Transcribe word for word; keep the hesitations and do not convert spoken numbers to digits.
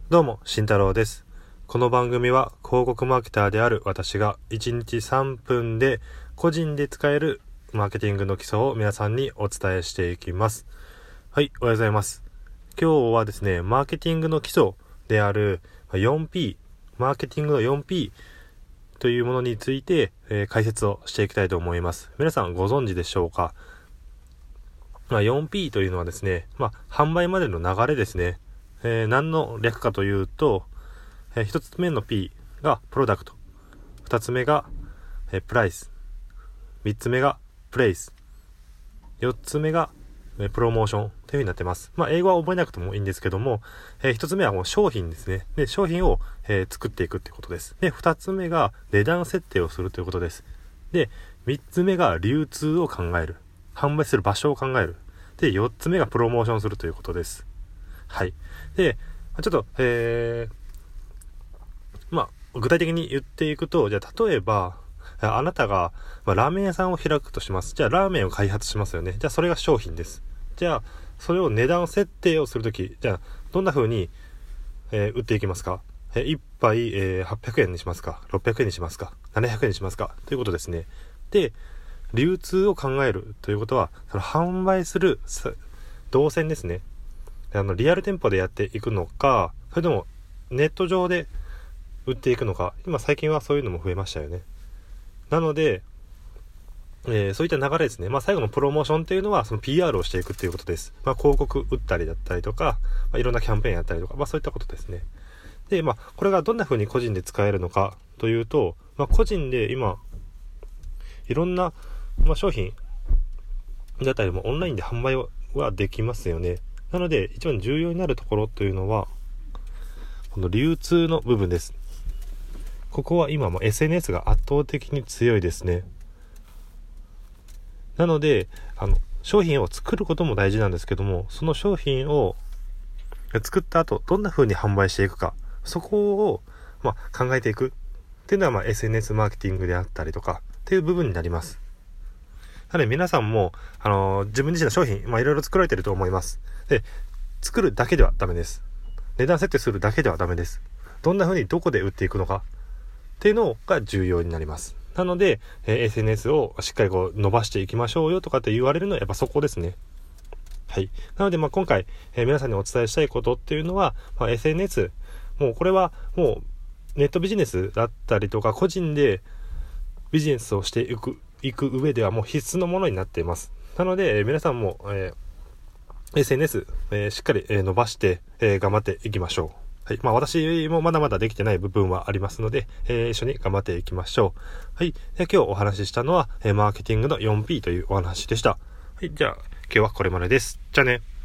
どうも、慎太郎です。この番組は広告マーケターである私がいちにちさんぷんで個人で使えるマーケティングの基礎を皆さんにお伝えしていきます。はい、おはようございます。今日はですね、マーケティングの基礎である よんピー、マーケティングの よんピー というものについて、えー、解説をしていきたいと思います。皆さんご存知でしょうか？まあ、よんピー というのはですね、まあ、販売までの流れですね。えー、何の略かというと、えー、ひとつめの P がプロダクト、ふたつめが、えー、プライス、みっつめがプレイス、よっつめが、えー、プロモーションという風になってます。まあ英語は覚えなくてもいいんですけども、えー、ひとつめはもう商品ですね。で、商品を、えー、作っていくってことです。で、ふたつめが値段設定をするということです。で、みっつめが流通を考える。販売する場所を考える。で、よっつめがプロモーションするということです。はい。で、ちょっと、えー、まあ、具体的に言っていくと、じゃあ、例えば、あなたが、まあ、ラーメン屋さんを開くとします。じゃあ、ラーメンを開発しますよね。じゃあ、それが商品です。じゃあ、それを値段設定をするとき、じゃあ、どんな風に、えー、売っていきますか？えー、いっぱい、えー、はっぴゃくえんにしますか？ ろっぴゃくえんにしますか？ ななひゃくえんにしますか？ということですね。で、流通を考えるということは、その販売する動線ですね。あのリアル店舗でやっていくのか、それともネット上で売っていくのか。今最近はそういうのも増えましたよね。なので、えー、そういった流れですね。まあ最後のプロモーションっていうのはその ピーアール をしていくっていうことです。まあ広告打ったりだったりとか、まあ、いろんなキャンペーンやったりとか、まあそういったことですね。で、まあこれがどんな風に個人で使えるのかというと、まあ個人で今いろんな、まあ、商品だったりもオンラインで販売はできますよね。なので一番重要になるところというのはこの流通の部分です。ここは今も エスエヌエス が圧倒的に強いですね。なのであの商品を作ることも大事なんですけども、その商品を作った後どんな風に販売していくか、そこを、まあ、考えていくっていうのは、まあ、エスエヌエス マーケティングであったりとかっていう部分になります。なので皆さんも、あのー、自分自身の商品、まあ、いろいろ作られていると思います。で、作るだけではダメです。値段設定するだけではダメです。どんな風にどこで売っていくのかっていうのが重要になります。なので、えー、エスエヌエス をしっかりこう伸ばしていきましょうよとかって言われるのはやっぱそこですね。はい。なので、まあ、今回、えー、皆さんにお伝えしたいことっていうのは、まあ、エスエヌエス、もうこれはもうネットビジネスだったりとか個人でビジネスをしていく行く上ではもう必須のものになっています。なので、えー、皆さんも、えー、エスエヌエス、えー、しっかり、えー、伸ばして、えー、頑張っていきましょう。はい。まあ私もまだまだできてない部分はありますので、えー、一緒に頑張っていきましょう。はい。で今日お話ししたのは、えー、マーケティングの よんピー というお話でした。はい。じゃあ今日はこれまでです。じゃあね。